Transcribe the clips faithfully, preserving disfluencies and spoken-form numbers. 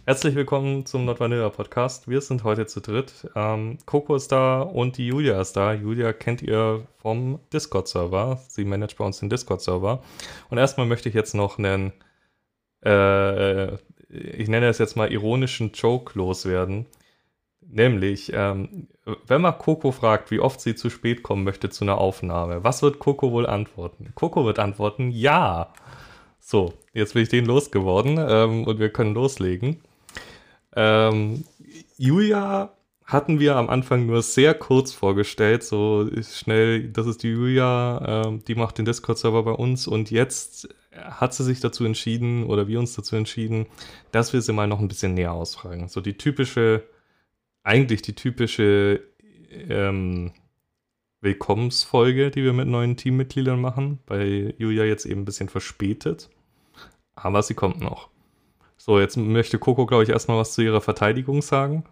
Herzlich willkommen zum Not Vanilla Podcast. Wir sind heute zu dritt. Ähm, Coco ist da und die Julia ist da. Julia kennt ihr vom Discord-Server. Sie managt bei uns den Discord-Server. Und erstmal möchte ich jetzt noch einen, äh, ich nenne es jetzt mal ironischen Joke loswerden. Nämlich, ähm, wenn man Coco fragt, wie oft sie zu spät kommen möchte zu einer Aufnahme, was wird Coco wohl antworten? Coco wird antworten, ja. So, jetzt bin ich den losgeworden ähm, und wir können loslegen. Ähm, Julia hatten wir am Anfang nur sehr kurz vorgestellt, so schnell, das ist die Julia, ähm, die macht den Discord-Server bei uns und jetzt hat sie sich dazu entschieden, oder wir uns dazu entschieden, dass wir sie mal noch ein bisschen näher ausfragen. So die typische, eigentlich die typische ähm, Willkommensfolge, die wir mit neuen Teammitgliedern machen, bei Julia jetzt eben ein bisschen verspätet, aber sie kommt noch. So, jetzt möchte Coco, glaube ich, erstmal was zu ihrer Verteidigung sagen.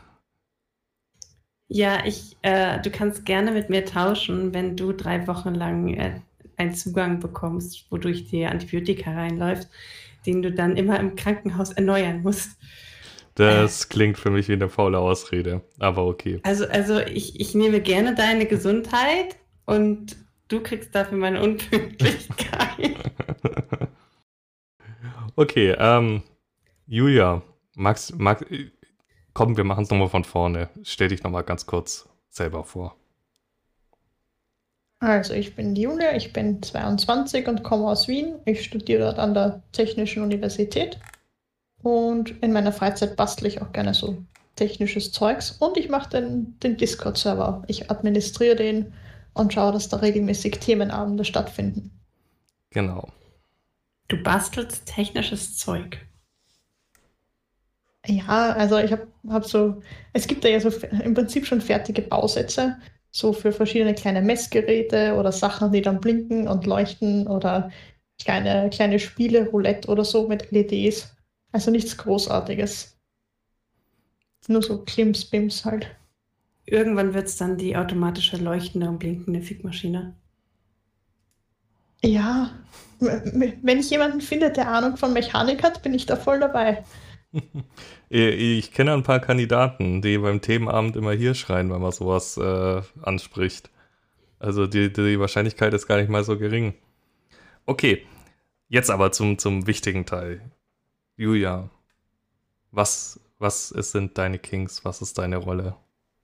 Ja, ich, äh, du kannst gerne mit mir tauschen, wenn du drei Wochen lang äh, einen Zugang bekommst, wodurch dir Antibiotika reinläuft, den du dann immer im Krankenhaus erneuern musst. Das äh, klingt für mich wie eine faule Ausrede, aber okay. Also, also ich, ich nehme gerne deine Gesundheit und du kriegst dafür meine Unpünktlichkeit. Okay, ähm, Julia, Max, Max, komm, wir machen es nochmal von vorne. Stell dich nochmal ganz kurz selber vor. Also ich bin Julia, ich bin zweiundzwanzig und komme aus Wien. Ich studiere dort an der Technischen Universität und in meiner Freizeit bastle ich auch gerne so technisches Zeugs und ich mache den, den Discord-Server. Ich administriere den und schaue, dass da regelmäßig Themenabende stattfinden. Genau. Du bastelst technisches Zeug. Ja, also ich habe hab so, es gibt da ja so im Prinzip schon fertige Bausätze, so für verschiedene kleine Messgeräte oder Sachen, die dann blinken und leuchten oder kleine, kleine Spiele, Roulette oder so mit L E Ds. Also nichts Großartiges. Nur so Klims-Bims halt. Irgendwann wird es dann die automatische leuchtende und blinkende Fickmaschine. Ja, wenn ich jemanden finde, der Ahnung von Mechanik hat, bin ich da voll dabei. Ich kenne ein paar Kandidaten, die beim Themenabend immer hier schreien, wenn man sowas äh, anspricht. Also die, die Wahrscheinlichkeit ist gar nicht mal so gering. Okay, jetzt aber zum, zum wichtigen Teil. Julia, was, was sind deine Kings? Was ist deine Rolle?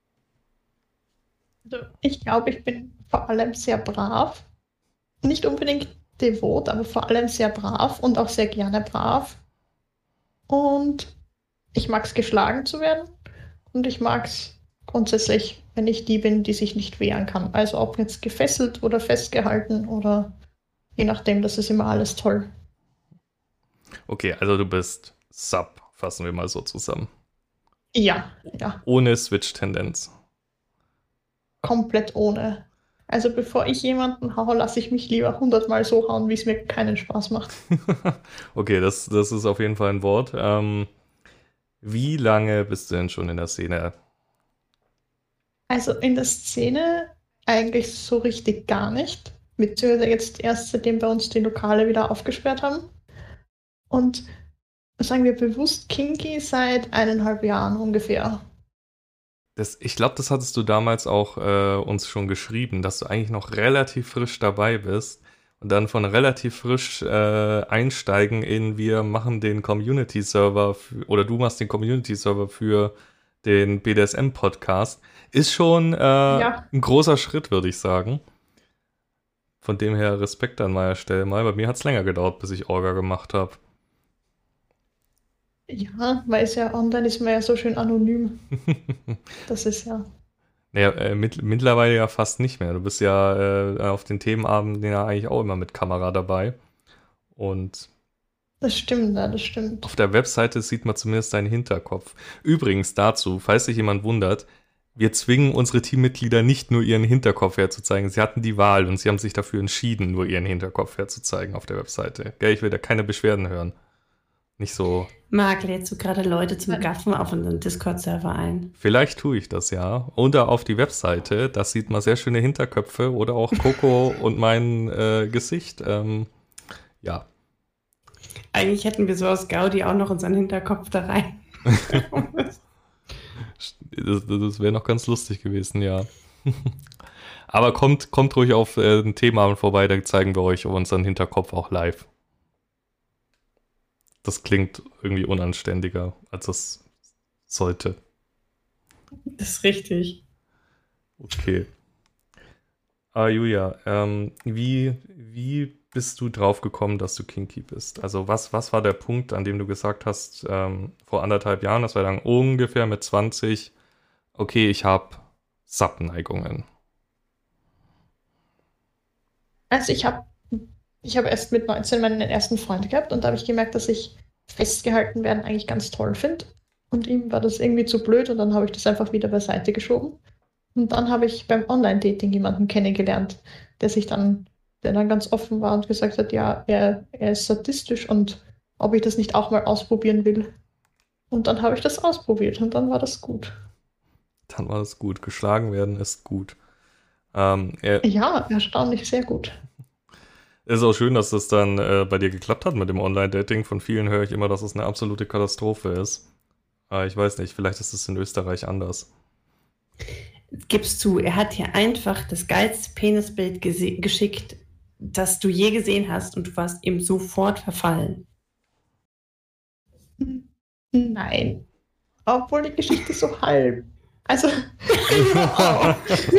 Also ich glaube, ich bin vor allem sehr brav. Nicht unbedingt devot, aber vor allem sehr brav und auch sehr gerne brav. Und ich mag es, geschlagen zu werden. Und ich mag es grundsätzlich, wenn ich die bin, die sich nicht wehren kann. Also ob jetzt gefesselt oder festgehalten oder je nachdem, das ist immer alles toll. Okay, also du bist Sub, fassen wir mal so zusammen. Ja, ja. Ohne Switch-Tendenz. Komplett ohne. Also bevor ich jemanden haue, lasse ich mich lieber hundertmal so hauen, wie es mir keinen Spaß macht. Okay, das, das ist auf jeden Fall ein Wort. Ähm, wie lange bist du denn schon in der Szene? Also in der Szene eigentlich so richtig gar nicht. Beziehungsweise jetzt erst seitdem bei uns die Lokale wieder aufgesperrt haben. Und sagen wir bewusst kinky seit eineinhalb Jahren ungefähr. Das, ich glaube, das hattest du damals auch äh, uns schon geschrieben, dass du eigentlich noch relativ frisch dabei bist und dann von relativ frisch äh, einsteigen in wir machen den Community-Server für, oder du machst den Community-Server für den B D S M-Podcast, ist schon äh, ja. ein großer Schritt, würde ich sagen. Von dem her Respekt an meiner Stelle mal. Bei mir hat es länger gedauert, bis ich Orga gemacht habe. Ja, weil es ja online ist man ja so schön anonym. Das ist ja... Naja, äh, mit, mittlerweile ja fast nicht mehr. Du bist ja äh, auf den Themenabenden ja eigentlich auch immer mit Kamera dabei. Und das stimmt, ja, das stimmt. Auf der Webseite sieht man zumindest deinen Hinterkopf. Übrigens dazu, falls sich jemand wundert, wir zwingen unsere Teammitglieder nicht nur ihren Hinterkopf herzuzeigen. Sie hatten die Wahl und sie haben sich dafür entschieden, nur ihren Hinterkopf herzuzeigen auf der Webseite. Gell, ich will da keine Beschwerden hören. Nicht so. Marc, lädst du gerade Leute zum Gaffen auf unseren Discord-Server ein? Vielleicht tue ich das, ja. Oder auf die Webseite, da sieht man sehr schöne Hinterköpfe oder auch Coco und mein äh, Gesicht. Ähm, ja. Eigentlich hätten wir so aus Gaudi auch noch unseren Hinterkopf da rein Das, das wäre noch ganz lustig gewesen, ja. Aber kommt, kommt ruhig auf äh, ein Thema vorbei, dann zeigen wir euch unseren Hinterkopf auch live. Das klingt irgendwie unanständiger, als es sollte. Das ist richtig. Okay. Ah, Julia, ähm, wie, wie bist du drauf gekommen, dass du kinky bist? Also was, was war der Punkt, an dem du gesagt hast, ähm, vor anderthalb Jahren, das war dann ungefähr mit zwanzig, okay, ich habe Subneigungen. Also ich habe ich hab erst mit neunzehn meinen ersten Freund gehabt und da habe ich gemerkt, dass ich festgehalten werden eigentlich ganz toll finde. Und ihm war das irgendwie zu blöd und dann habe ich das einfach wieder beiseite geschoben. Und dann habe ich beim Online-Dating jemanden kennengelernt, der sich dann, der dann ganz offen war und gesagt hat, ja, er, er ist sadistisch und ob ich das nicht auch mal ausprobieren will. Und dann habe ich das ausprobiert und dann war das gut. Dann war das gut. Geschlagen werden ist gut. Ähm, er, Ja, erstaunlich sehr gut. Ist auch schön, dass das dann äh, bei dir geklappt hat mit dem Online-Dating. Von vielen höre ich immer, dass es eine absolute Katastrophe ist. Aber ich weiß nicht, vielleicht ist es in Österreich anders. Gibst zu, er hat dir einfach das geilste Penisbild gese- geschickt, das du je gesehen hast und du warst ihm sofort verfallen. Nein. Obwohl die Geschichte so halb. Also. Oh.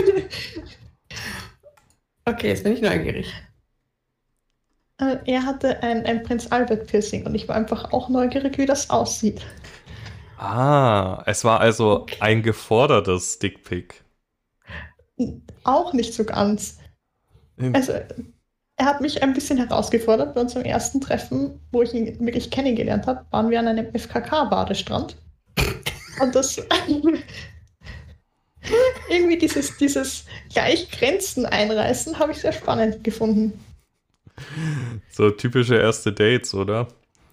Okay, jetzt bin ich neugierig. Äh, Er hatte ein, ein Prinz Albert Piercing und ich war einfach auch neugierig, wie das aussieht. Ah, es war also Okay. ein gefordertes Dickpick. Auch nicht so ganz. Also, er hat mich ein bisschen herausgefordert. Bei unserem ersten Treffen, wo ich ihn wirklich kennengelernt habe, waren wir an einem F K K-Badestrand. Und das irgendwie dieses, dieses gleich Grenzen einreißen, habe ich sehr spannend gefunden. So typische erste Dates, oder?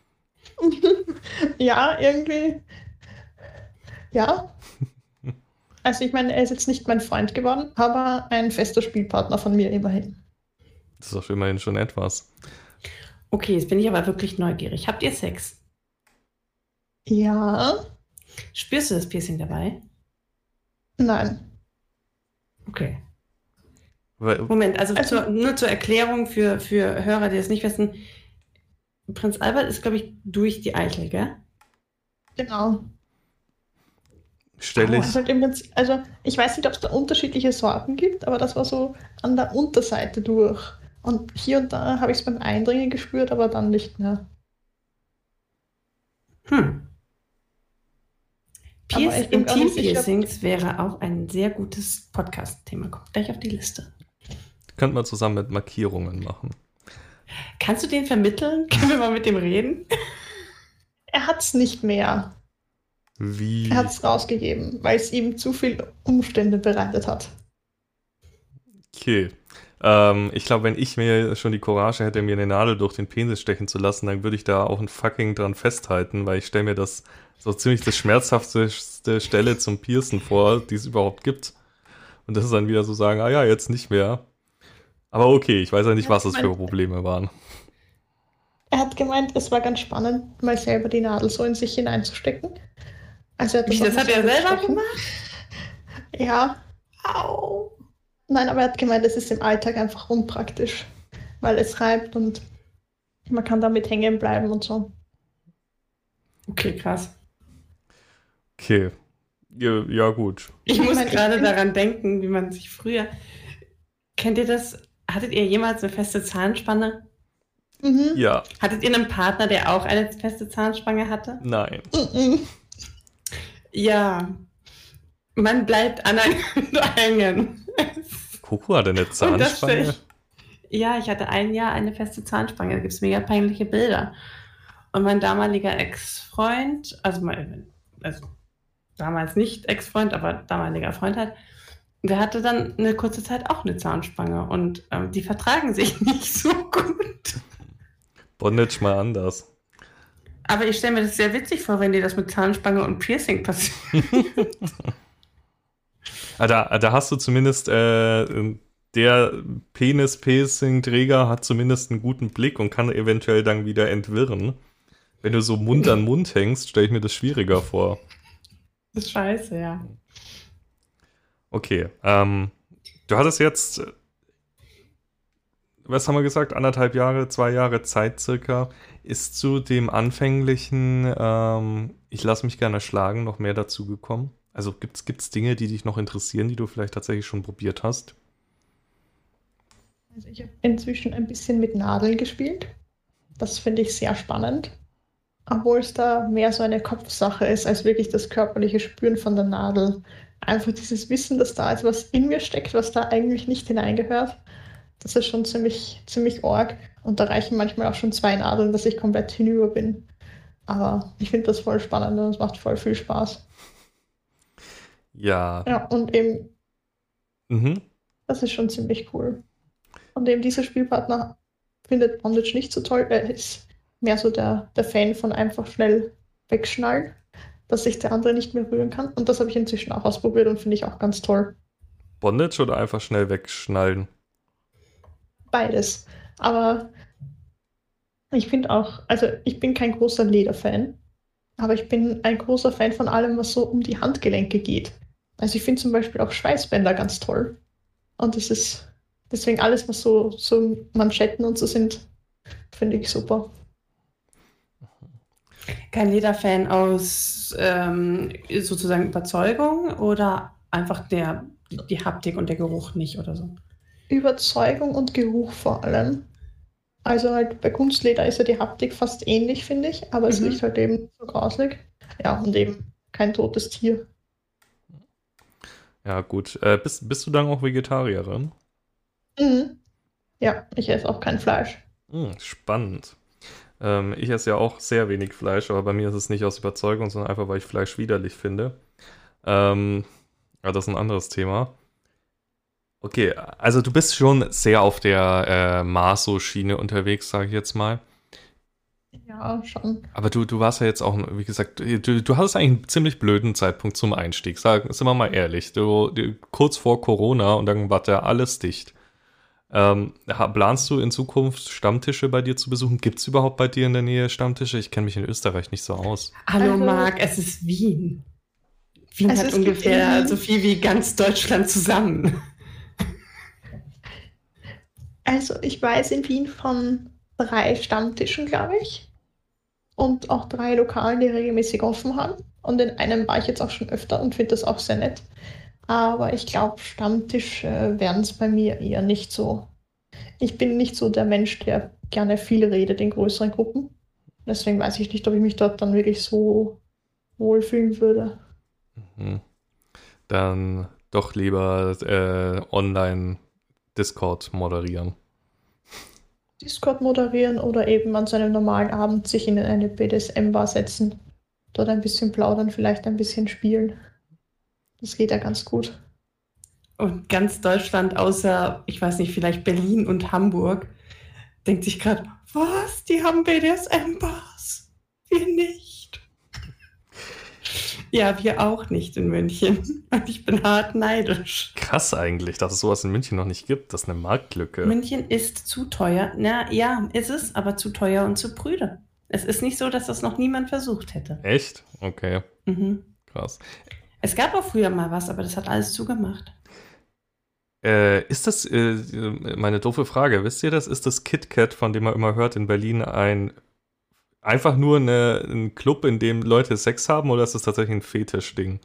Ja, irgendwie. Ja. Also ich meine, er ist jetzt nicht mein Freund geworden, aber ein fester Spielpartner von mir immerhin. Das ist doch immerhin schon etwas. Okay, jetzt bin ich aber wirklich neugierig. Habt ihr Sex? Ja, Spürst du das Piercing dabei? nein. Okay. Weil, Moment, also, Also- zur, nur zur Erklärung für, für Hörer, die es nicht wissen. Prinz Albert ist, glaube ich, durch die Eichel, gell? Genau. stelle ich, Also, halt im Prinzip, also ich weiß nicht, ob es da unterschiedliche Sorten gibt, aber das war so an der Unterseite durch. Und hier und da habe ich es beim Eindringen gespürt, aber dann nicht mehr. Hm. Aber Pierce, ich bin mir auch nicht sicher, ob- Intim-Piercings wäre auch ein sehr gutes Podcast-Thema. Kommt gleich auf die Liste. könnte man zusammen mit Markierungen machen. Kannst du den vermitteln? Können wir mal mit dem reden? Er hat es nicht mehr. Wie? Er hat es rausgegeben, weil es ihm zu viel Umstände bereitet hat. Okay. Ähm, ich glaube, wenn ich mir schon die Courage hätte, mir eine Nadel durch den Penis stechen zu lassen, dann würde ich da auch ein fucking dran festhalten, weil ich stelle mir das so ziemlich das schmerzhafteste Stelle zum Piercen vor, die es überhaupt gibt. Und das ist dann wieder so sagen, ah ja, jetzt nicht mehr. Aber okay, ich weiß ja nicht, Ja, was das ich für mein- Probleme waren. Er hat gemeint, es war ganz spannend, mal selber die Nadel so in sich hineinzustecken. Also er hat Wie, auch das mal hat er selber gestochen. gemacht? Ja, Au. nein, aber er hat gemeint, es ist im Alltag einfach unpraktisch, weil es reibt und man kann damit hängen bleiben und so. Okay, krass. Okay. Ja, ja gut. Ich muss meine, ich gerade bin- daran denken, wie man sich früher. Kennt ihr das? Hattet ihr jemals eine feste Zahnspange? Mhm. Ja, Hattet ihr einen Partner, der auch eine feste Zahnspange hatte? nein. Mhm. Ja. Man bleibt aneinander hängen. Coco hat eine Und das stell Zahnspange. ich- Ja, ich hatte ein Jahr eine feste Zahnspange. Da gibt es mega peinliche Bilder. Und mein damaliger Ex-Freund, also, mein, also damals nicht Ex-Freund, aber damaliger Freund halt, der hatte dann eine kurze Zeit auch eine Zahnspange. Und ähm, die vertragen sich nicht so gut. Bondage mal anders. Aber ich stelle mir das sehr witzig vor, wenn dir das mit Zahnspange und Piercing passiert. Ah, da, da hast du zumindest, äh, der Penis-Piercing-Träger hat zumindest einen guten Blick und kann eventuell dann wieder entwirren. Wenn du so Mund an Mund hängst, stelle ich mir das schwieriger vor. Das ist scheiße, ja. Okay, ähm, du hattest jetzt, was haben wir gesagt, anderthalb Jahre, zwei Jahre Zeit circa. Ist zu dem anfänglichen, ähm, ich lasse mich gerne schlagen, noch mehr dazu gekommen? Also gibt's, gibt's Dinge, die dich noch interessieren, die du vielleicht tatsächlich schon probiert hast? Also ich habe inzwischen ein bisschen mit Nadeln gespielt. Das finde ich sehr spannend. Obwohl es da mehr so eine Kopfsache ist, als wirklich das körperliche Spüren von der Nadel. Einfach dieses Wissen, dass da etwas in mir steckt, was da eigentlich nicht hineingehört. Das ist schon ziemlich, ziemlich arg. Und da reichen manchmal auch schon zwei Nadeln, dass ich komplett hinüber bin. Aber ich finde das voll spannend und es macht voll viel Spaß. Ja. Ja, und eben, Mhm. das ist schon ziemlich cool. Und eben dieser Spielpartner findet Bondage nicht so toll. Er ist mehr so der, der Fan von einfach schnell wegschnallen, dass sich der andere nicht mehr rühren kann. Und das habe ich inzwischen auch ausprobiert und finde ich auch ganz toll. Bondage oder einfach schnell wegschnallen? Beides. Aber ich finde auch, also ich bin kein großer Lederfan, aber ich bin ein großer Fan von allem, was so um die Handgelenke geht. Also ich finde zum Beispiel auch Schweißbänder ganz toll. Und das ist deswegen alles, was so, so Manschetten und so sind, finde ich super. Kein Lederfan aus ähm, sozusagen Überzeugung oder einfach der, die Haptik und der Geruch nicht oder so? Überzeugung und Geruch vor allem. Also halt bei Kunstleder ist ja die Haptik fast ähnlich, finde ich, aber es Mhm. riecht halt eben nicht so grauslig. Ja, und eben kein totes Tier. Ja, gut. Äh, bist, bist du dann auch Vegetarierin? Mhm. Ja, ich esse auch kein Fleisch. Hm, spannend. Ähm, ich esse ja auch sehr wenig Fleisch, aber bei mir ist es nicht aus Überzeugung, sondern einfach, weil ich Fleisch widerlich finde. Ähm, aber das ist ein anderes Thema. Okay, also du bist schon sehr auf der äh, Maso-Schiene unterwegs, sage ich jetzt mal. Ja, schon. Aber du, du warst ja jetzt auch, wie gesagt, du, du hattest eigentlich einen ziemlich blöden Zeitpunkt zum Einstieg. Sagen, sind wir mal ehrlich. Du, du, kurz vor Corona und dann war da alles dicht. Ähm, ha- planst du in Zukunft Stammtische bei dir zu besuchen? Gibt es überhaupt bei dir in der Nähe Stammtische? Ich kenne mich in Österreich nicht so aus. Hallo Also- Marc, es ist Wien. Wien Also hat es gibt ungefähr in- so viel wie ganz Deutschland zusammen. Also ich weiß in Wien von drei Stammtischen, glaube ich. Und auch drei Lokalen, die regelmäßig offen haben. Und in einem war ich jetzt auch schon öfter und finde das auch sehr nett. Aber ich glaube, Stammtisch äh, werden es bei mir eher nicht so. Ich bin nicht so der Mensch, der gerne viel redet in größeren Gruppen. Deswegen weiß ich nicht, ob ich mich dort dann wirklich so wohlfühlen würde. Hm. Dann doch lieber äh, online Discord moderieren. Discord moderieren oder eben an so einem normalen Abend sich in eine B D S M-Bar setzen. Dort ein bisschen plaudern, vielleicht ein bisschen spielen. Das geht ja ganz gut. Und ganz Deutschland, außer, ich weiß nicht, vielleicht Berlin und Hamburg, denkt sich gerade, was? Die haben B D S M-Bars. Wir nicht. Ja, wir auch nicht in München. Und ich bin hart neidisch. Krass eigentlich, dass es sowas in München noch nicht gibt. Das ist eine Marktlücke. München ist zu teuer. Na ja, ist es, aber zu teuer und zu prüde. Es ist nicht so, dass das noch niemand versucht hätte. Echt? Okay, Mhm. krass. Es gab auch früher mal was, aber das hat alles zugemacht. Äh, ist das, äh, meine doofe Frage, wisst ihr das, ist das KitKat, von dem man immer hört, in Berlin ein einfach nur eine, ein Club, in dem Leute Sex haben, oder ist das tatsächlich ein Fetischding?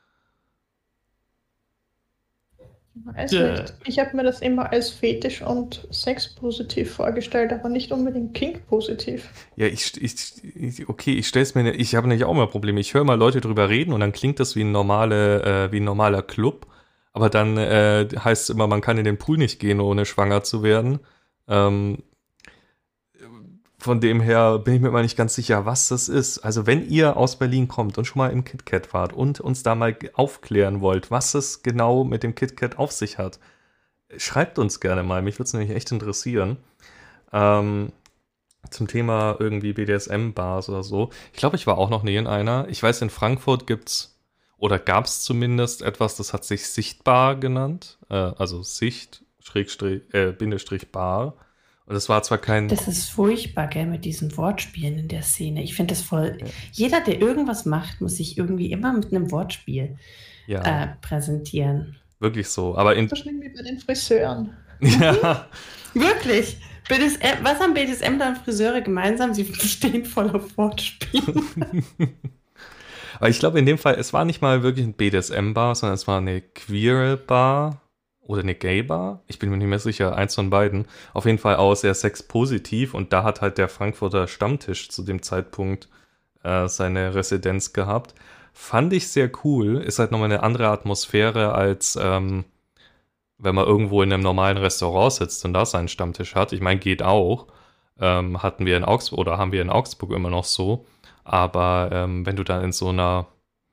Weiß Dö. nicht. Ich habe mir das immer als Fetisch und Sex-positiv vorgestellt, aber nicht unbedingt Kink-positiv. Ja, ich, ich, ich okay, ich stell's mir, ich habe nämlich auch mal Probleme. Ich höre mal Leute drüber reden und dann klingt das wie ein normale, äh, wie ein normaler Club, aber dann äh, heißt es immer, man kann in den Pool nicht gehen, ohne schwanger zu werden. Ähm, von dem her bin ich mir mal nicht ganz sicher, was das ist. Also wenn ihr aus Berlin kommt und schon mal im KitKat wart und uns da mal aufklären wollt, was es genau mit dem KitKat auf sich hat, schreibt uns gerne mal. Mich würde es nämlich echt interessieren. Ähm, zum Thema irgendwie B D S M-Bars oder so. Ich glaube, ich war auch noch nie in einer. Ich weiß, in Frankfurt gibt's oder gab es zumindest etwas, das hat sich Sichtbar genannt. Äh, also Sicht, Schrägstrich, äh, Bindestrich Bar. Und es war zwar kein... Das ist furchtbar, gell, mit diesen Wortspielen in der Szene. Ich finde das voll... Ja. Jeder, der irgendwas macht, muss sich irgendwie immer mit einem Wortspiel Ja, äh, präsentieren. wirklich so. Aber in... So schlimm wie bei den Friseuren. Ja, Wirklich. B D S M, was haben B D S M und Friseure gemeinsam? Sie stehen voll auf Wortspielen. aber ich glaube in dem Fall, es war nicht mal wirklich ein B D S M-Bar, sondern es war eine Queer-Bar oder eine Gay-Bar. Ich bin mir nicht mehr sicher, eins von beiden. Auf jeden Fall auch sehr sexpositiv und da hat halt der Frankfurter Stammtisch zu dem Zeitpunkt äh, seine Residenz gehabt. Fand ich sehr cool. Ist halt nochmal eine andere Atmosphäre als ähm, wenn man irgendwo in einem normalen Restaurant sitzt und da seinen Stammtisch hat. Ich meine, geht auch. Ähm, hatten wir in Augsburg oder haben wir in Augsburg immer noch so. Aber ähm, wenn du dann in so einer,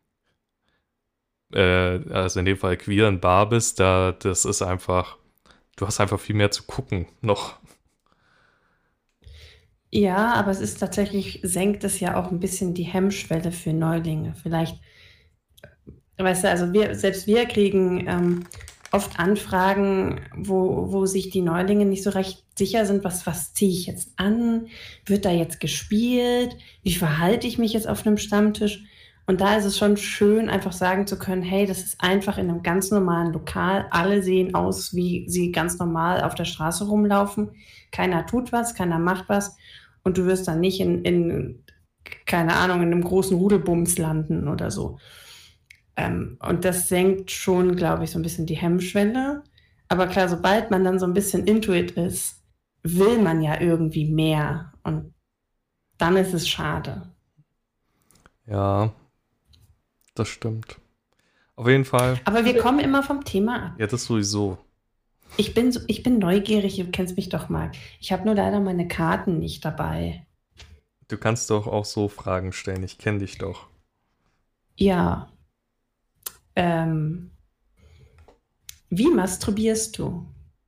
äh, also in dem Fall queeren Bar bist, da, das ist einfach, du hast einfach viel mehr zu gucken noch. Ja, aber es ist tatsächlich, senkt es ja auch ein bisschen die Hemmschwelle für Neulinge. Vielleicht, weißt du, also wir, selbst wir kriegen ähm, oft Anfragen, wo, wo sich die Neulinge nicht so recht sicher sind, was, was ziehe ich jetzt an? Wird da jetzt gespielt? Wie verhalte ich mich jetzt auf einem Stammtisch? Und da ist es schon schön, einfach sagen zu können, hey, das ist einfach in einem ganz normalen Lokal. Alle sehen aus, wie sie ganz normal auf der Straße rumlaufen. Keiner tut was, keiner macht was. Und du wirst dann nicht in, in keine Ahnung, in einem großen Rudelbums landen oder so. Ähm, und das senkt schon, glaube ich, so ein bisschen die Hemmschwelle. Aber klar, sobald man dann so ein bisschen Intuit ist, will man ja irgendwie mehr. Und dann ist es schade. Ja, das stimmt. Auf jeden Fall. Aber wir kommen immer vom Thema ab. Ja, das sowieso. Ich bin, so, ich bin neugierig, du kennst mich doch mal. Ich habe nur leider meine Karten nicht dabei. Du kannst doch auch so Fragen stellen. Ich kenne dich doch. Ja. Ähm, wie masturbierst du?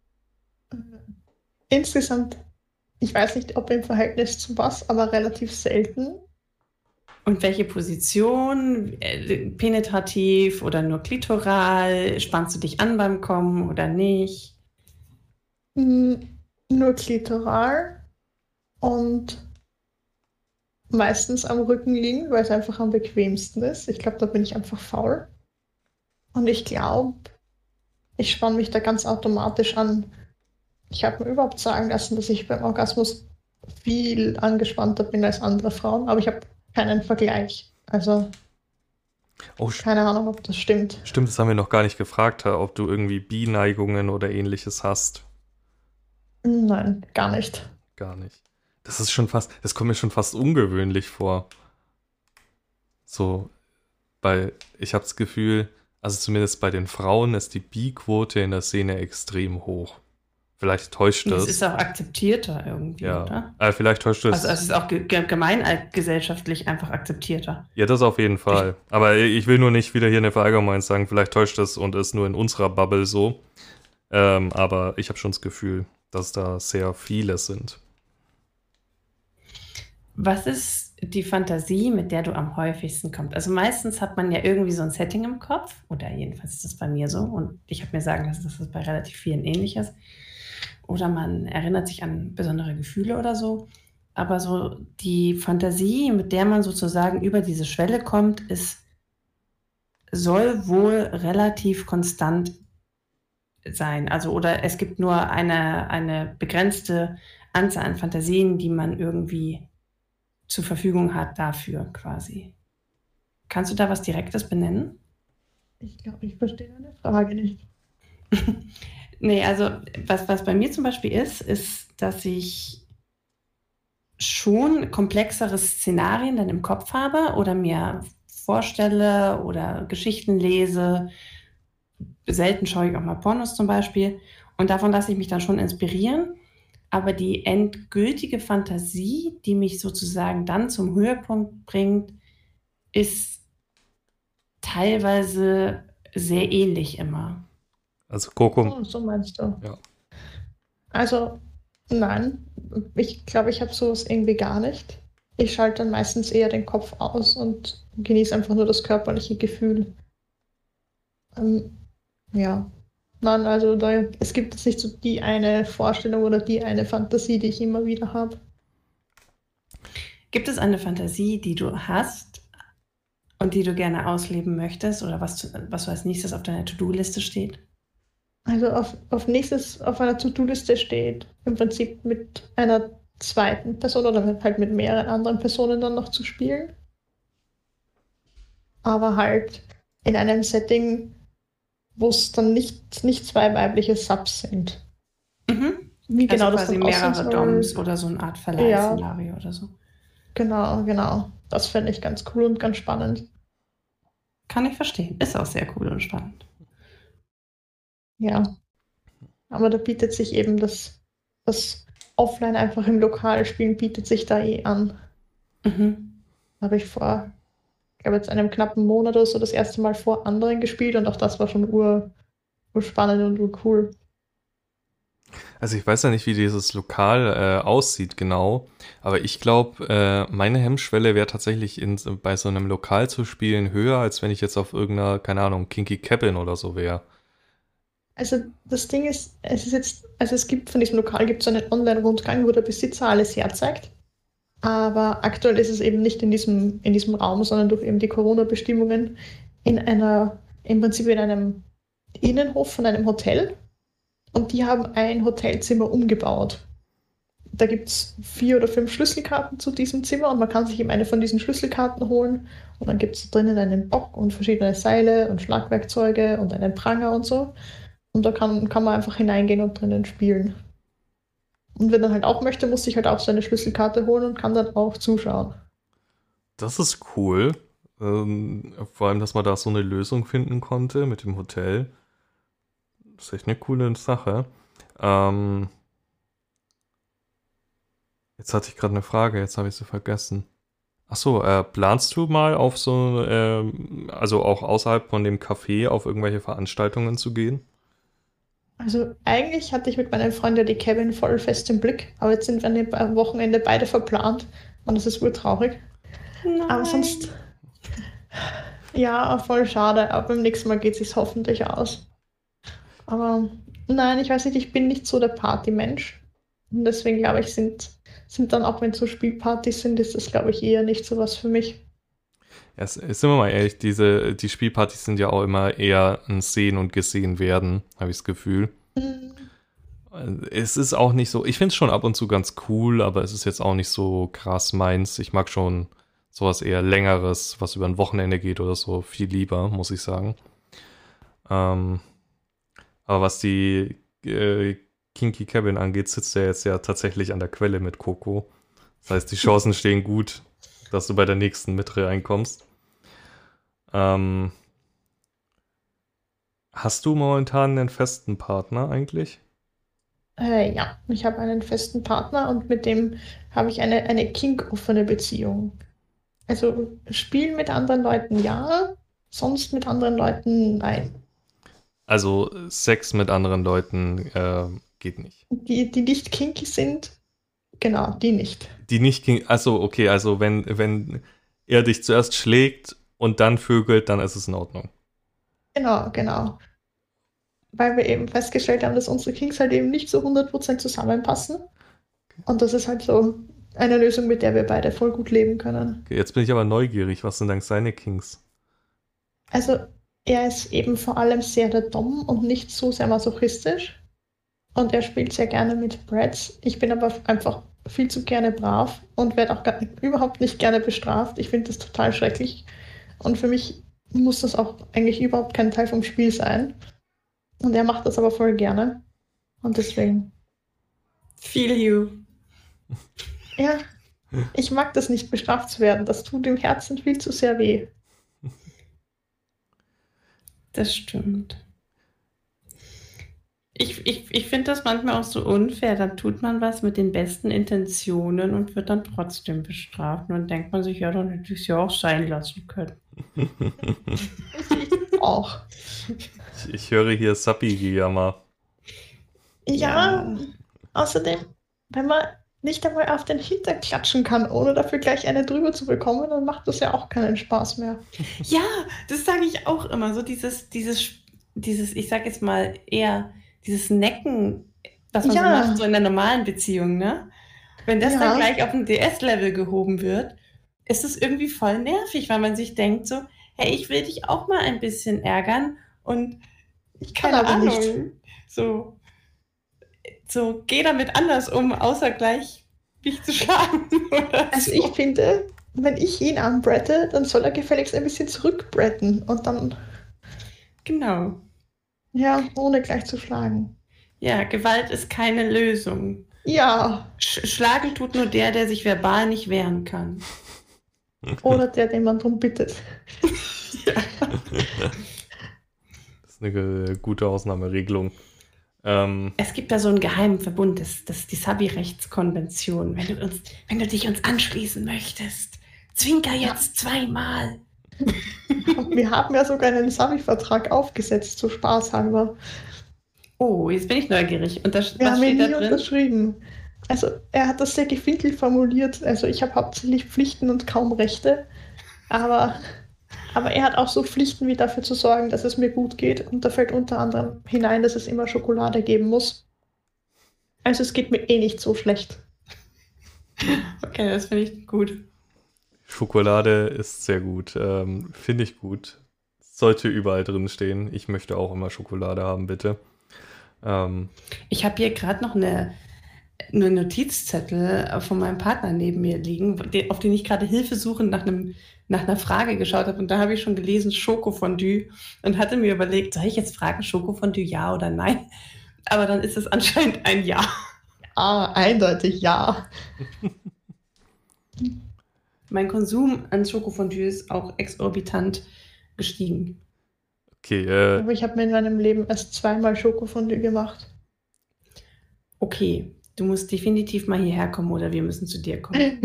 Insgesamt, ich weiß nicht, ob im Verhältnis zu was, aber relativ selten. Und welche Position? Äh, Penetrativ oder nur klitoral? Spannst du dich an beim Kommen oder nicht? Mm, Nur klitoral und meistens am Rücken liegen, weil es einfach am bequemsten ist. Ich glaube, da bin ich einfach faul. Und ich glaube, ich spanne mich da ganz automatisch an. Ich habe mir überhaupt sagen lassen, dass ich beim Orgasmus viel angespannter bin als andere Frauen, aber ich habe keinen Vergleich. Also Oh, st- keine Ahnung, ob das stimmt. stimmt, das haben wir noch gar nicht gefragt, ob du irgendwie Bi-Neigungen oder ähnliches hast. Nein, gar nicht. Gar nicht. Das ist schon fast, das kommt mir schon fast ungewöhnlich vor. So, weil ich habe das Gefühl, also zumindest bei den Frauen ist die Bi-Quote in der Szene extrem hoch. Vielleicht täuscht Und es das. ist auch akzeptierter irgendwie, Ja, oder? äh, vielleicht täuscht das. Also es ist auch ge ge- gemeingesellschaftlich einfach akzeptierter. Ja, das auf jeden Fall. Aber ich will nur nicht wieder hier eine Verallgemeinung sagen, vielleicht täuscht das und ist nur in unserer Bubble so. Ähm, aber ich habe schon das Gefühl, dass da sehr viele sind. Was ist die Fantasie, mit der du am häufigsten kommst? Also meistens hat man ja irgendwie so ein Setting im Kopf, oder jedenfalls ist das bei mir so, und ich habe mir sagen lassen, dass das bei relativ vielen ähnlich ist. Oder man erinnert sich an besondere Gefühle oder so. Aber so die Fantasie, mit der man sozusagen über diese Schwelle kommt, ist, soll wohl relativ konstant sein. Also, oder es gibt nur eine, eine begrenzte Anzahl an Fantasien, die man irgendwie zur Verfügung hat dafür quasi. Kannst du da was Direktes benennen? Ich glaube, ich verstehe deine Frage nicht. Nee, also was, was bei mir zum Beispiel ist, ist, dass ich schon komplexere Szenarien dann im Kopf habe oder mir vorstelle oder Geschichten lese. Selten schaue ich auch mal Pornos zum Beispiel. Und davon lasse ich mich dann schon inspirieren. Aber die endgültige Fantasie, die mich sozusagen dann zum Höhepunkt bringt, ist teilweise sehr ähnlich immer. Also Coco, Oh, so meinst du. Ja. Also, nein, ich glaube, ich habe sowas irgendwie gar nicht. Ich schalte dann meistens eher den Kopf aus und genieße einfach nur das körperliche Gefühl. Ähm, ja, Nein, also da, es gibt jetzt nicht so die eine Vorstellung oder die eine Fantasie, die ich immer wieder habe. Gibt es eine Fantasie, die du hast und die du gerne ausleben möchtest oder was, du- was so als nächstes auf deiner To-Do-Liste steht? Also auf, auf nächstes auf einer To-Do-Liste steht im Prinzip mit einer zweiten Person oder mit- halt mit mehreren anderen Personen dann noch zu spielen. Aber halt in einem Setting, wo es dann nicht, nicht zwei weibliche Subs sind. Mhm. Wie genau Also das quasi dann aussehen mehrere soll. Doms oder so eine Art Verleihszenario oder so. Genau, genau. Das fände ich ganz cool und ganz spannend. Kann ich verstehen. Ist auch sehr cool und spannend. Ja. Aber da bietet sich eben das, das Offline einfach im Lokal spielen, bietet sich da eh an. Mhm. Habe ich vor, ich glaube jetzt einem knappen Monat oder so das erste Mal vor anderen gespielt und auch das war schon ur, ur spannend und urcool. Also ich weiß ja nicht, wie dieses Lokal äh, aussieht genau, aber ich glaube, äh, meine Hemmschwelle wäre tatsächlich in, bei so einem Lokal zu spielen höher, als wenn ich jetzt auf irgendeiner, keine Ahnung, Kinky Cabin oder so wäre. Also das Ding ist, es ist jetzt, also es gibt von diesem Lokal gibt es so einen Online-Rundgang, wo der Besitzer alles herzeigt. Aber aktuell ist es eben nicht in diesem, in diesem Raum, sondern durch eben die Corona-Bestimmungen in einer, im Prinzip in einem Innenhof von einem Hotel. Und die haben ein Hotelzimmer umgebaut. Da gibt es vier oder fünf Schlüsselkarten zu diesem Zimmer und man kann sich eben eine von diesen Schlüsselkarten holen. Und dann gibt es drinnen einen Bock und verschiedene Seile und Schlagwerkzeuge und einen Pranger und so. Und da kann, kann man einfach hineingehen und drinnen spielen. Und wer dann halt auch möchte, muss sich halt auch seine Schlüsselkarte holen und kann dann auch zuschauen. Das ist cool. Ähm, vor allem, dass man da so eine Lösung finden konnte mit dem Hotel. Das ist echt eine coole Sache. Ähm, jetzt hatte ich gerade eine Frage, jetzt habe ich sie vergessen. Ach so, äh, planst du mal auf so, ähm, also auch außerhalb von dem Café auf irgendwelche Veranstaltungen zu gehen? Also eigentlich hatte ich mit meinem Freund ja die Cabin voll fest im Blick, aber jetzt sind wir an dem am Wochenende beide verplant und das ist urtraurig. Nein. Aber sonst, ja, voll schade, aber beim nächsten Mal geht es sich hoffentlich aus. Aber nein, ich weiß nicht, ich bin nicht so der Partymensch. Und deswegen glaube ich, sind, sind dann auch, wenn es so Spielpartys sind, ist das, glaube ich, eher nicht so was für mich. Ja, es- sind wir mal ehrlich, diese, die Spielpartys sind ja auch immer eher ein Sehen und Gesehen werden, habe ich das Gefühl. Mm, Es ist auch nicht so, ich finde es schon ab und zu ganz cool, aber es ist jetzt auch nicht so krass meins. Ich mag schon sowas eher Längeres, was über ein Wochenende geht oder so, viel lieber, muss ich sagen. Ähm, aber was die äh, Kinky Cabin angeht, sitzt er jetzt ja tatsächlich an der Quelle mit Coco. Das heißt, die Chancen stehen gut, dass du bei der nächsten mit reinkommst. Ähm, hast du momentan einen festen Partner eigentlich? Äh, ja, ich habe einen festen Partner und mit dem habe ich eine, eine kink-offene Beziehung. Also spielen mit anderen Leuten ja, sonst mit anderen Leuten nein. Also Sex mit anderen Leuten äh, geht nicht. Die, die nicht kinky sind, genau, die nicht. Die nicht ging, also okay, also wenn, wenn er dich zuerst schlägt und dann vögelt, dann ist es in Ordnung. Genau, genau. Weil wir eben festgestellt haben, dass unsere Kinks halt eben nicht so hundert Prozent zusammenpassen. Und das ist halt so eine Lösung, mit der wir beide voll gut leben können. Okay, jetzt bin ich aber neugierig, was sind dann seine Kings? Also er ist eben vor allem sehr der Dom und nicht so sehr masochistisch. Und er spielt sehr gerne mit Brads. Ich bin aber einfach viel zu gerne brav und werde auch gar, überhaupt nicht gerne bestraft. Ich finde das total schrecklich. Und für mich muss das auch eigentlich überhaupt kein Teil vom Spiel sein. Und er macht das aber voll gerne. Und deswegen, Feel you. ja, ich mag das nicht, bestraft zu werden. Das tut im Herzen viel zu sehr weh. Das stimmt. Ich, ich, ich finde das manchmal auch so unfair. Dann tut man was mit den besten Intentionen und wird dann trotzdem bestraft. Und dann denkt man sich, ja, dann hätte ich es ja auch sein lassen können. Ich auch. Ich, ich höre hier Sappi-Gejammer. Ja, Ja. außerdem, wenn man nicht einmal auf den Hintern klatschen kann, ohne dafür gleich eine drüber zu bekommen, dann macht das ja auch keinen Spaß mehr. Ja, das sage ich auch immer. So dieses, dieses dieses, ich sag jetzt mal, eher dieses Necken, was man so Ja. macht, so in der normalen Beziehung, ne? Wenn das Ja. dann gleich auf ein D S-Level gehoben wird, ist es irgendwie voll nervig, weil man sich denkt so, hey, ich will dich auch mal ein bisschen ärgern und Ich kann keine aber nicht. Ahnung, so, so geh damit anders um, außer gleich mich zu schlagen oder Also so. ich finde, wenn ich ihn anbrette, dann soll er gefälligst ein bisschen zurückbretten und dann, Genau. ja, ohne gleich zu schlagen. Ja, Gewalt ist keine Lösung. Ja, Sch schlagen tut nur der, der sich verbal nicht wehren kann. oder der, den man drum bittet. Das ist eine ge- gute Ausnahmeregelung. Ähm, Es gibt da so einen geheimen Verbund, das, das ist die Sabi-Rechtskonvention. Wenn du, uns, wenn du dich uns anschließen möchtest, zwinker jetzt zweimal. Wir haben ja sogar einen Savi-Vertrag aufgesetzt, so spaßhalber. Oh, jetzt bin ich neugierig. Und das, Wir was haben ihn steht da nie drin? unterschrieben. Also er hat das sehr gefinkelt formuliert. Also ich habe hauptsächlich Pflichten und kaum Rechte. Aber, aber er hat auch so Pflichten wie dafür zu sorgen, dass es mir gut geht. Und da fällt unter anderem hinein, dass es immer Schokolade geben muss. Also es geht mir eh nicht so schlecht. Okay, das finde ich gut. Schokolade ist sehr gut. Ähm, Finde ich gut. Sollte überall drin stehen. Ich möchte auch immer Schokolade haben, bitte. Ähm, Ich habe hier gerade noch eine, eine Notizzettel von meinem Partner neben mir liegen, den- auf den ich gerade hilfesuchend nach, einem, nach einer Frage geschaut habe. Und da habe ich schon gelesen Schokofondue und hatte mir überlegt, soll ich jetzt fragen, Schokofondue ja oder nein? Aber dann ist es anscheinend ein Ja. Ah, eindeutig ja. Mein Konsum an Schokofondue ist auch exorbitant gestiegen. okay, äh, Aber ich habe mir in meinem Leben erst zweimal Schokofondue gemacht. Okay, du musst definitiv mal hierher kommen oder wir müssen zu dir kommen.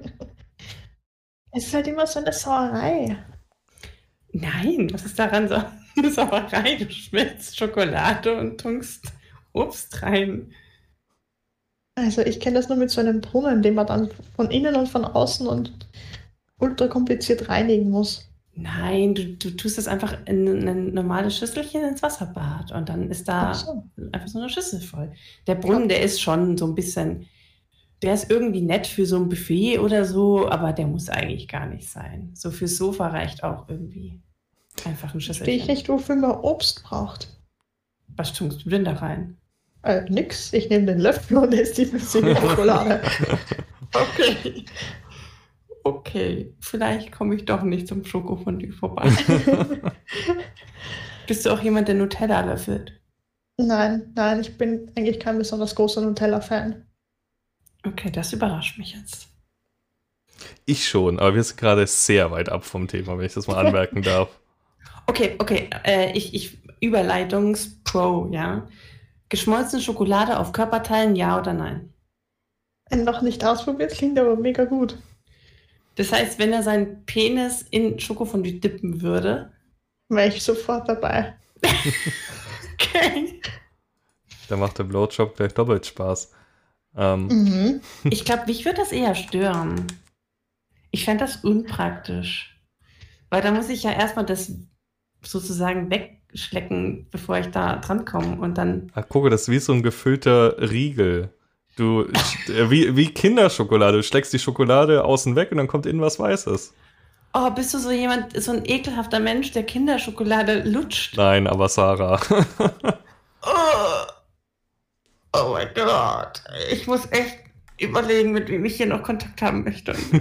Es ist halt immer so eine Sauerei. Nein, was ist daran so eine Sauerei? Du schmilzt Schokolade und tunkst Obst rein. Also ich kenne das nur mit so einem Brunnen, den man dann von innen und von außen und ultra kompliziert reinigen muss. Nein, du, du tust das einfach in ein normales Schüsselchen ins Wasserbad und dann ist da Ach so. einfach so eine Schüssel voll. Der Brunnen, der ist schon so ein bisschen, der ist irgendwie nett für so ein Buffet oder so, aber der muss eigentlich gar nicht sein. So fürs Sofa reicht auch irgendwie einfach ein Verstehe ich Schüsselchen. nicht, wofür man Obst braucht. Was tunkst du denn da rein? Äh, nix. Ich nehme den Löffel und esse die flüssige Schokolade. Okay. Okay, vielleicht komme ich doch nicht zum Schokofondue vorbei. Bist du auch jemand, der Nutella löffelt? Nein, nein, ich bin eigentlich kein besonders großer Nutella-Fan. Okay, das überrascht mich jetzt. ich schon, aber wir sind gerade sehr weit ab vom Thema, wenn ich das mal anmerken darf. Okay, okay, äh, ich, ich Überleitungs-Pro, ja. Geschmolzene Schokolade auf Körperteilen, ja oder nein? Noch nicht ausprobiert, klingt aber mega gut. Das heißt, wenn er seinen Penis in Schokofondue dippen würde. Wäre ich sofort dabei. Okay. Da macht der Blowjob gleich doppelt Spaß. Ähm, Mhm. Ich glaube, mich würde das eher stören. Ich fände das unpraktisch. Weil da muss ich ja erstmal das sozusagen wegschlecken, bevor ich da drankomme. Und dann. ach, gucke, das ist wie so ein gefüllter Riegel. Du, äh, wie, wie Kinderschokolade. Du schlägst die Schokolade außen weg und dann kommt innen was Weißes. Oh, bist du so jemand, so ein ekelhafter Mensch, der Kinderschokolade lutscht? Nein, aber Sarah. Oh, oh mein Gott. Ich muss echt überlegen, mit wem ich hier noch Kontakt haben möchte. Die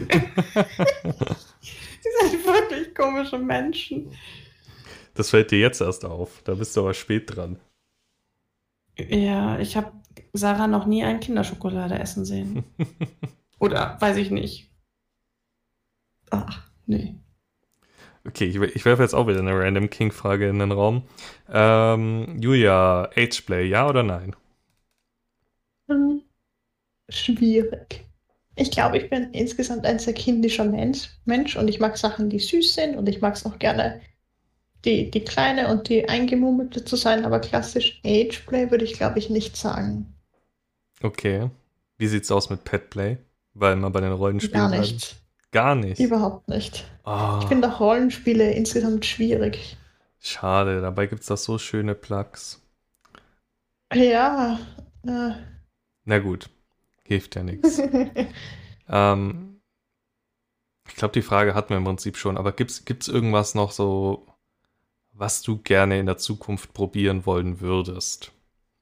sind wirklich komische Menschen. Das fällt dir jetzt erst auf. Da bist du aber spät dran. Ja, ich habe Sarah noch nie ein Kinderschokolade essen sehen. Oder weiß ich nicht. Ach, nee. Okay, ich, ich werfe jetzt auch wieder eine Random King-Frage in den Raum. Ähm, Julia, Ageplay, ja oder nein? Hm, schwierig. Ich glaube, ich bin insgesamt ein sehr kindischer Mensch, Mensch und ich mag Sachen, die süß sind und ich mag es auch gerne, die, die kleine und die eingemummelte zu sein, aber klassisch Ageplay würde ich, glaube ich, nicht sagen. Okay. Wie sieht's aus mit Petplay? Weil man bei den Rollenspielen Gar bleiben? nicht. Gar nicht. Überhaupt nicht. Oh, Ich finde auch Rollenspiele insgesamt schwierig. Schade, dabei gibt es da so schöne Plugs. Ja. Äh. Na gut, hilft ja nichts. ähm, ich glaube, die Frage hatten wir im Prinzip schon, aber gibt es irgendwas noch so, was du gerne in der Zukunft probieren wollen würdest?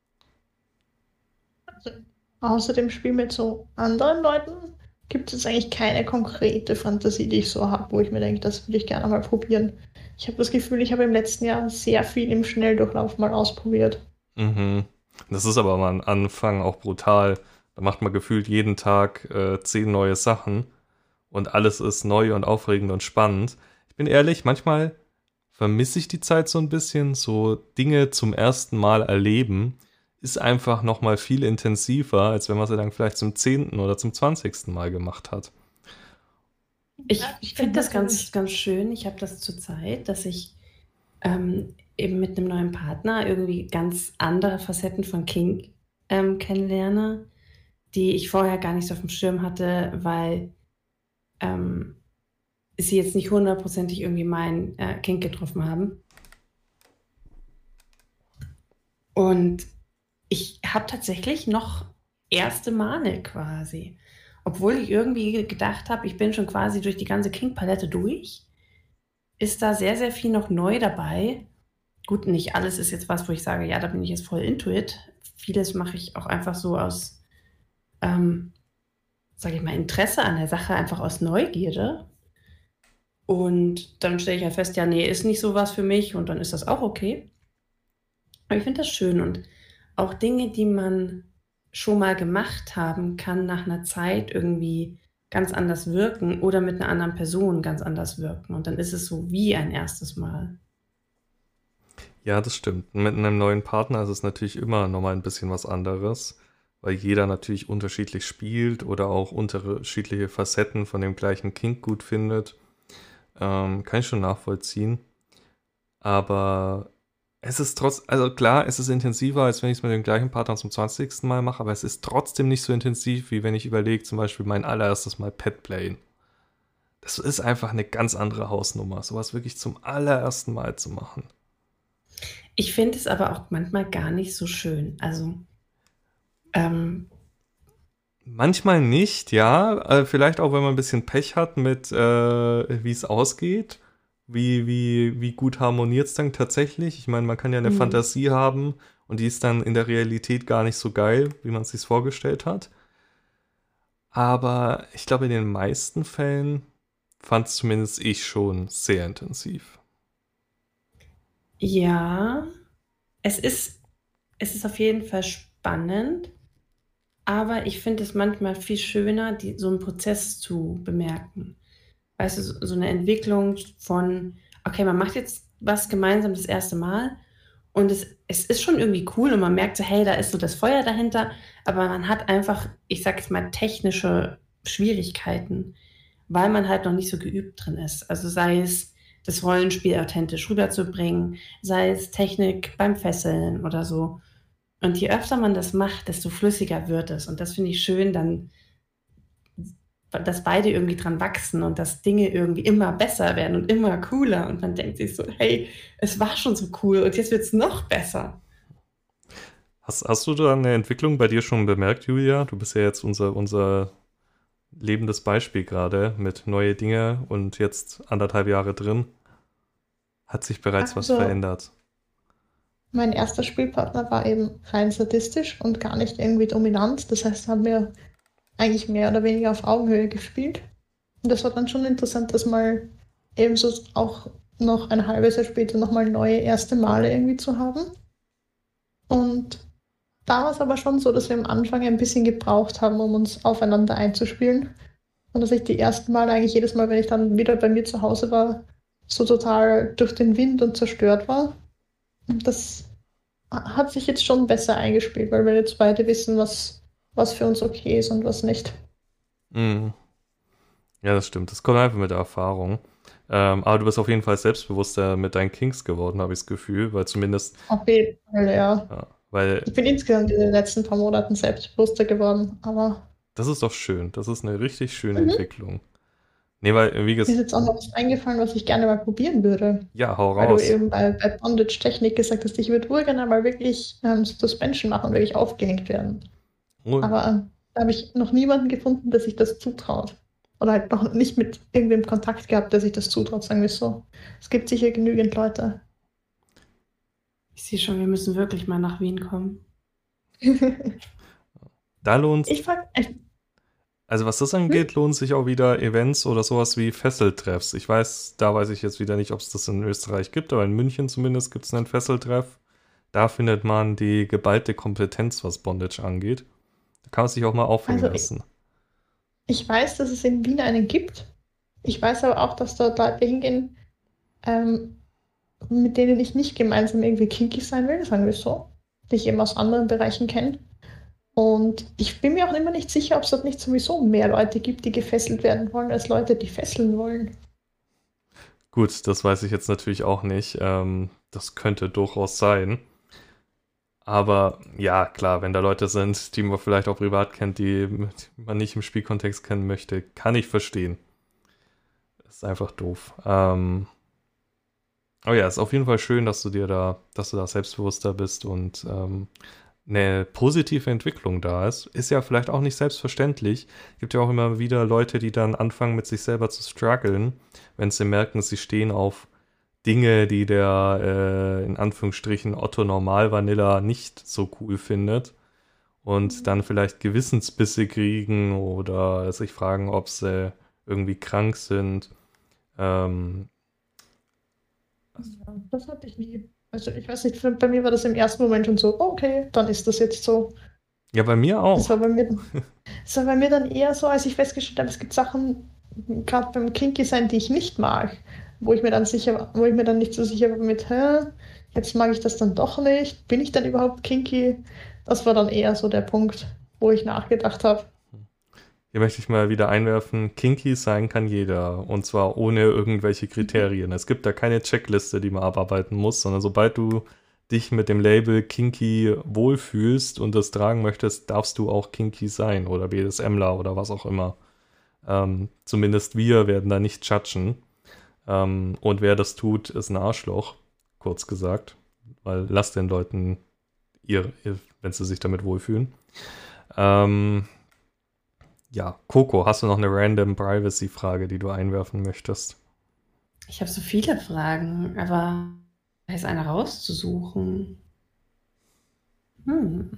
Also, außer dem Spiel mit so anderen Leuten gibt es eigentlich keine konkrete Fantasie, die ich so habe, wo ich mir denke, das würde ich gerne mal probieren. Ich habe das Gefühl, ich habe im letzten Jahr sehr viel im Schnelldurchlauf mal ausprobiert. Mhm. Das ist aber mal am Anfang auch brutal. Da macht man gefühlt jeden Tag äh, zehn neue Sachen und alles ist neu und aufregend und spannend. Ich bin ehrlich, manchmal vermisse ich die Zeit so ein bisschen. So Dinge zum ersten Mal erleben ist einfach nochmal viel intensiver, als wenn man sie dann vielleicht zum zehnten oder zum zwanzigsten Mal gemacht hat. Ich, ich finde das ganz, ganz schön. Ich habe das zurzeit, dass ich ähm, eben mit einem neuen Partner irgendwie ganz andere Facetten von King ähm, kennenlerne, die ich vorher gar nicht so auf dem Schirm hatte, weil ähm, sie jetzt nicht hundertprozentig irgendwie meinen äh, Kink getroffen haben. Und ich habe tatsächlich noch erste Male quasi. Obwohl ich irgendwie gedacht habe, ich bin schon quasi durch die ganze Kink-Palette durch, ist da sehr, sehr viel noch neu dabei. Gut, nicht alles ist jetzt was, wo ich sage, ja, da bin ich jetzt voll into it. Vieles mache ich auch einfach so aus, ähm, sage ich mal, Interesse an der Sache, einfach aus Neugierde. Und dann stelle ich ja fest, ja, nee, ist nicht so was für mich und dann ist das auch okay. Aber ich finde das schön und auch Dinge, die man schon mal gemacht haben, kann nach einer Zeit irgendwie ganz anders wirken oder mit einer anderen Person ganz anders wirken. Und dann ist es so wie ein erstes Mal. Ja, das stimmt. Mit einem neuen Partner ist es natürlich immer nochmal ein bisschen was anderes, weil jeder natürlich unterschiedlich spielt oder auch unterschiedliche Facetten von dem gleichen Kink gut findet. Ähm, kann ich schon nachvollziehen. Aber es ist trotz, also klar, es ist intensiver, als wenn ich es mit dem gleichen Partner zum zwanzigsten Mal mache, aber es ist trotzdem nicht so intensiv, wie wenn ich überlege, zum Beispiel mein allererstes Mal Petplayen. Das ist einfach eine ganz andere Hausnummer, sowas wirklich zum allerersten Mal zu machen. Ich finde es aber auch manchmal gar nicht so schön. Also, ähm, Manchmal nicht, ja. Äh, vielleicht auch, wenn man ein bisschen Pech hat mit, äh, wie es ausgeht. Wie, wie, wie gut harmoniert es dann tatsächlich? Ich meine, man kann ja eine Mhm. Fantasie haben und die ist dann in der Realität gar nicht so geil, wie man es sich vorgestellt hat. Aber ich glaube, in den meisten Fällen fand es zumindest ich schon sehr intensiv. ja, es ist, es ist auf jeden Fall spannend, aber ich finde es manchmal viel schöner, die, so einen Prozess zu bemerken. Weißt du, so so eine Entwicklung von, okay, man macht jetzt was gemeinsam das erste Mal und es, es ist schon irgendwie cool und man merkt so, hey, da ist so das Feuer dahinter, aber man hat einfach, ich sag jetzt mal, technische Schwierigkeiten, weil man halt noch nicht so geübt drin ist. Also sei es das Rollenspiel authentisch rüberzubringen, sei es Technik beim Fesseln oder so. Und je öfter man das macht, desto flüssiger wird es. Und das finde ich schön, dann, dass beide irgendwie dran wachsen und dass Dinge irgendwie immer besser werden und immer cooler. Und man denkt sich so, hey, es war schon so cool und jetzt wird es noch besser. Hast, hast du da eine Entwicklung bei dir schon bemerkt, Julia? Du bist ja jetzt unser, unser lebendes Beispiel gerade mit neue Dinge und jetzt anderthalb Jahre drin. Hat sich bereits was Also, verändert? mein erster Spielpartner war eben rein sadistisch und gar nicht irgendwie dominant. Das heißt, haben wir eigentlich mehr oder weniger auf Augenhöhe gespielt. Und das war dann schon interessant, das mal ebenso auch noch ein halbes Jahr später nochmal neue erste Male irgendwie zu haben. Und da war es aber schon so, dass wir am Anfang ein bisschen gebraucht haben, um uns aufeinander einzuspielen. Und dass ich die ersten Male eigentlich jedes Mal, wenn ich dann wieder bei mir zu Hause war, so total durch den Wind und zerstört war. Und das hat sich jetzt schon besser eingespielt, weil wir jetzt beide wissen, was, was für uns okay ist und was nicht. Mhm. Ja, das stimmt. Das kommt einfach mit der Erfahrung. Ähm, aber du bist auf jeden Fall selbstbewusster mit deinen Kinks geworden, habe ich das Gefühl, weil zumindest, Auf jeden Fall, ja. ja, weil Ich bin insgesamt in den letzten paar Monaten selbstbewusster geworden, aber das ist doch schön. Das ist eine richtig schöne Mhm. Entwicklung. Nee, weil, wie Mir ist gesagt, jetzt auch noch was eingefallen, was ich gerne mal probieren würde. ja, hau Weil du raus. eben bei, bei Bondage-Technik gesagt hast, ich würde urgerne mal wirklich ähm, Suspension machen und wirklich aufgehängt werden. Oh, Aber äh, da habe ich noch niemanden gefunden, der sich das zutraut. Oder halt noch nicht mit irgendwem Kontakt gehabt, der sich das zutraut, sagen wir es so. Es gibt sicher genügend Leute. Ich sehe schon, wir müssen wirklich mal nach Wien kommen. da lohnt, Ich frage, also was das hm? angeht, lohnt sich auch wieder Events oder sowas wie Fesseltreffs. Ich weiß, da weiß ich jetzt wieder nicht, ob es das in Österreich gibt, aber in München zumindest gibt es einen Fesseltreff. Da findet man die geballte Kompetenz, was Bondage angeht. Da kann man sich auch mal aufhängen Also ich, lassen. ich weiß, dass es in Wien einen gibt. Ich weiß aber auch, dass dort Leute hingehen, ähm, mit denen ich nicht gemeinsam irgendwie kinky sein will, sagen wir es so, die ich eben aus anderen Bereichen kenne. Und ich bin mir auch immer nicht sicher, ob es dort nicht sowieso mehr Leute gibt, die gefesselt werden wollen, als Leute, die fesseln wollen. Gut, das weiß ich jetzt natürlich auch nicht. Ähm, das könnte durchaus sein. Aber ja, klar, wenn da Leute sind, die man vielleicht auch privat kennt, die, die man nicht im Spielkontext kennen möchte, kann ich verstehen. Ist einfach doof. Ähm, aber ja, ist auf jeden Fall schön, dass du dir da, dass du da selbstbewusster bist und ähm, eine positive Entwicklung da ist. Ist ja vielleicht auch nicht selbstverständlich. Gibt ja auch immer wieder Leute, die dann anfangen, mit sich selber zu strugglen, wenn sie merken, sie stehen auf Dinge, die der äh, in Anführungsstrichen Otto Normal Vanilla nicht so cool findet und dann vielleicht Gewissensbisse kriegen oder sich fragen, ob sie irgendwie krank sind. Ähm, Ja, das hatte ich nie. Also ich weiß nicht, bei mir war das im ersten Moment schon so, okay, dann ist das jetzt so. ja, bei mir Das auch. war bei mir, das war bei mir dann eher so, als ich festgestellt habe, es gibt Sachen, gerade beim Kinky sein, die ich nicht mag, wo ich mir dann sicher, war- wo ich mir dann nicht so sicher war mit, hä, jetzt mag ich das dann doch nicht. Bin ich dann überhaupt kinky? Das war dann eher so der Punkt, wo ich nachgedacht habe. Hier möchte ich mal wieder einwerfen, kinky sein kann jeder und zwar ohne irgendwelche Kriterien. Es gibt da keine Checkliste, die man abarbeiten muss, sondern sobald du dich mit dem Label kinky wohlfühlst und das tragen möchtest, darfst du auch kinky sein oder BDSMler oder was auch immer. Ähm, zumindest wir werden da nicht judgen. Ähm, und wer das tut, ist ein Arschloch, kurz gesagt. Weil lass den Leuten ihr, ihr wenn sie sich damit wohlfühlen. Ähm, ja, Coco, hast du noch eine random Privacy-Frage, die du einwerfen möchtest? Ich habe so viele Fragen, aber da ist eine rauszusuchen. Hm.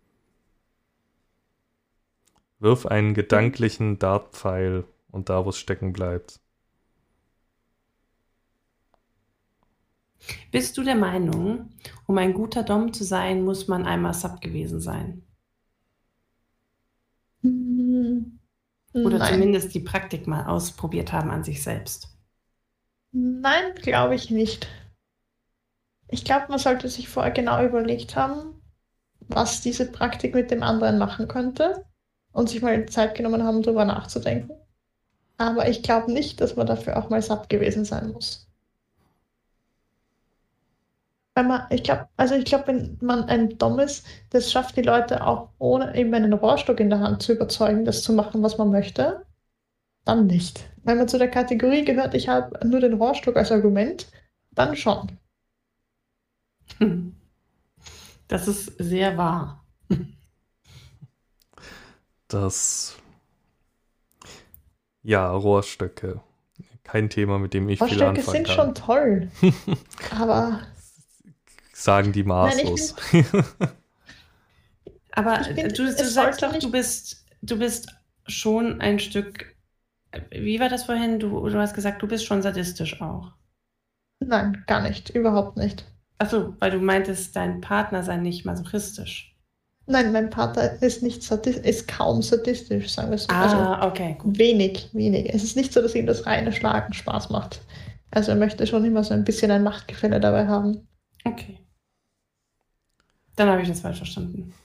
Wirf einen gedanklichen Dartpfeil und da, wo es stecken bleibt. Bist du der Meinung, um ein guter Dom zu sein, muss man einmal Sub gewesen sein? Hm, Oder nein. zumindest die Praktik mal ausprobiert haben an sich selbst? Nein, glaube ich nicht. Ich glaube, man sollte sich vorher genau überlegt haben, was diese Praktik mit dem anderen machen könnte und sich mal Zeit genommen haben, darüber nachzudenken. Aber ich glaube nicht, dass man dafür auch mal satt gewesen sein muss. Weil man, ich glaube, also ich glaube, wenn man ein Dom ist, das schafft die Leute auch ohne eben einen Rohrstock in der Hand zu überzeugen, das zu machen, was man möchte, dann nicht. Wenn man zu der Kategorie gehört, ich habe nur den Rohrstock als Argument, dann schon. Hm. Das ist sehr wahr. Das, ja, Rohrstöcke. Kein Thema, mit dem ich viel Rohrstöcke anfangen sind kann. schon toll, aber Sagen die nein, ich maßlos. Aber Ich bin- du, du es sagst sollte doch, nicht- du bist, du bist schon ein Stück. Wie war das vorhin? Du, du hast gesagt, du bist schon sadistisch auch. nein, gar nicht, überhaupt nicht. Achso, weil du meintest, dein Partner sei nicht masochistisch. Nein, mein Partner ist nicht sadistisch, ist kaum sadistisch, sagen wir es so. Also Ah, okay, gut. wenig, wenig. Es ist nicht so, dass ihm das reine Schlagen Spaß macht. Also er möchte schon immer so ein bisschen ein Machtgefälle dabei haben. Okay. Dann habe ich das falsch verstanden.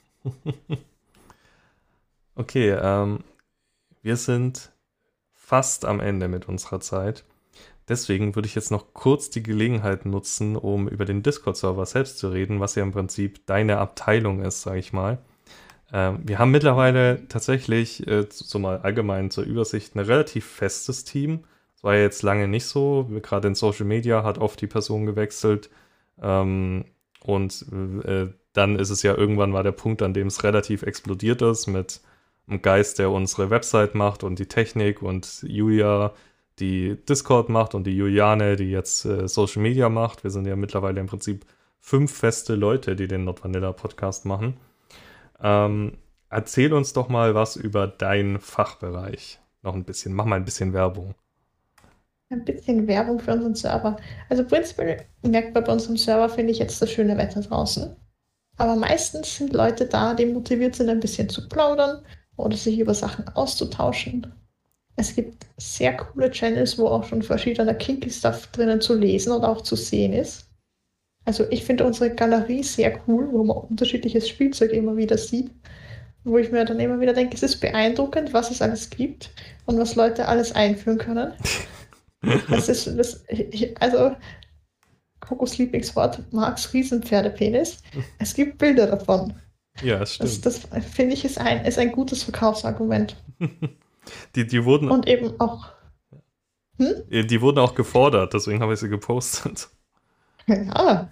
Okay, ähm, wir sind fast am Ende mit unserer Zeit. Deswegen würde ich jetzt noch kurz die Gelegenheit nutzen, um über den Discord-Server selbst zu reden, was ja im Prinzip deine Abteilung ist, sage ich mal. Ähm, wir haben mittlerweile tatsächlich, äh, so mal allgemein zur Übersicht, ein relativ festes Team. Das war ja jetzt lange nicht so. Gerade in Social Media hat oft die Person gewechselt. Ähm, und äh, dann ist es ja irgendwann war der Punkt, an dem es relativ explodiert ist mit einem Geist, der unsere Website macht und die Technik und Julia, die Discord macht und die Juliane, die jetzt äh, Social Media macht. Wir sind ja mittlerweile im Prinzip fünf feste Leute, die den Not Vanilla Podcast machen. Ähm, erzähl uns doch mal was über deinen Fachbereich. Noch ein bisschen, mach mal ein bisschen Werbung. Ein bisschen Werbung für unseren Server. Also prinzipiell merkt man bei unserem Server, finde ich, jetzt das schöne Wetter draußen. Aber meistens sind Leute da, die motiviert sind, ein bisschen zu plaudern oder sich über Sachen auszutauschen. Es gibt sehr coole Channels, wo auch schon verschiedener kinky Stuff drinnen zu lesen oder auch zu sehen ist. Also ich finde unsere Galerie sehr cool, wo man unterschiedliches Spielzeug immer wieder sieht. Wo ich mir dann immer wieder denke, es ist beeindruckend, was es alles gibt und was Leute alles einführen können. Das ist, das, also, Kokos Lieblingswort, Marks Riesenpferdepenis. Es gibt Bilder davon. Ja, das stimmt. Das, das finde ich, ist ein, ist ein gutes Verkaufsargument. die, die, wurden, Und eben auch. Hm? Die wurden auch gefordert, deswegen habe ich sie gepostet. Ja.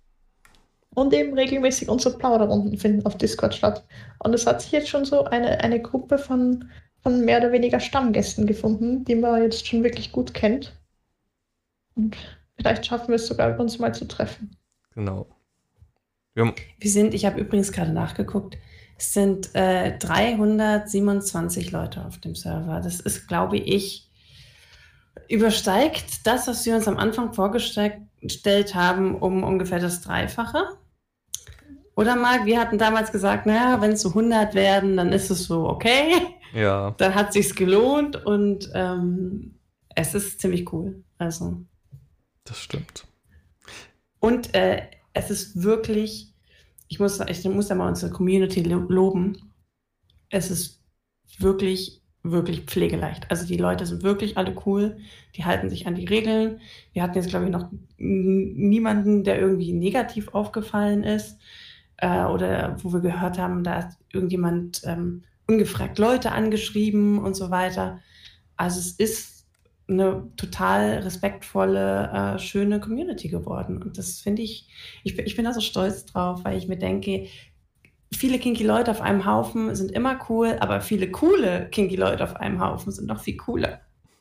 Und eben regelmäßig unsere Plauderrunden finden auf Discord statt. Und es hat sich jetzt schon so eine, eine Gruppe von, von mehr oder weniger Stammgästen gefunden, die man jetzt schon wirklich gut kennt. Und vielleicht schaffen wir es sogar, uns mal zu treffen. Genau. Wir, wir sind, ich habe übrigens gerade nachgeguckt, es sind äh, dreihundertsiebenundzwanzig Leute auf dem Server. Das ist, glaube ich, übersteigt das, was wir uns am Anfang vorgestellt haben, um ungefähr das Dreifache. Oder Marc, wir hatten damals gesagt, naja, wenn es so hundert werden, dann ist es so okay. Ja. Dann hat es sich gelohnt und ähm, es ist ziemlich cool. Also. Das stimmt. Und äh, es ist wirklich, ich muss, ich muss ja mal unsere Community lo- loben. Es ist wirklich, wirklich pflegeleicht. Also die Leute sind wirklich alle cool. Die halten sich an die Regeln. Wir hatten jetzt, glaube ich, noch n- niemanden, der irgendwie negativ aufgefallen ist. Äh, oder wo wir gehört haben, da hat irgendjemand ähm, ungefragt Leute angeschrieben und so weiter. Also es ist eine total respektvolle, äh, schöne Community geworden. Und das finde ich, ich, ich bin da so stolz drauf, weil ich mir denke, viele kinky Leute auf einem Haufen sind immer cool, aber viele coole kinky Leute auf einem Haufen sind noch viel cooler.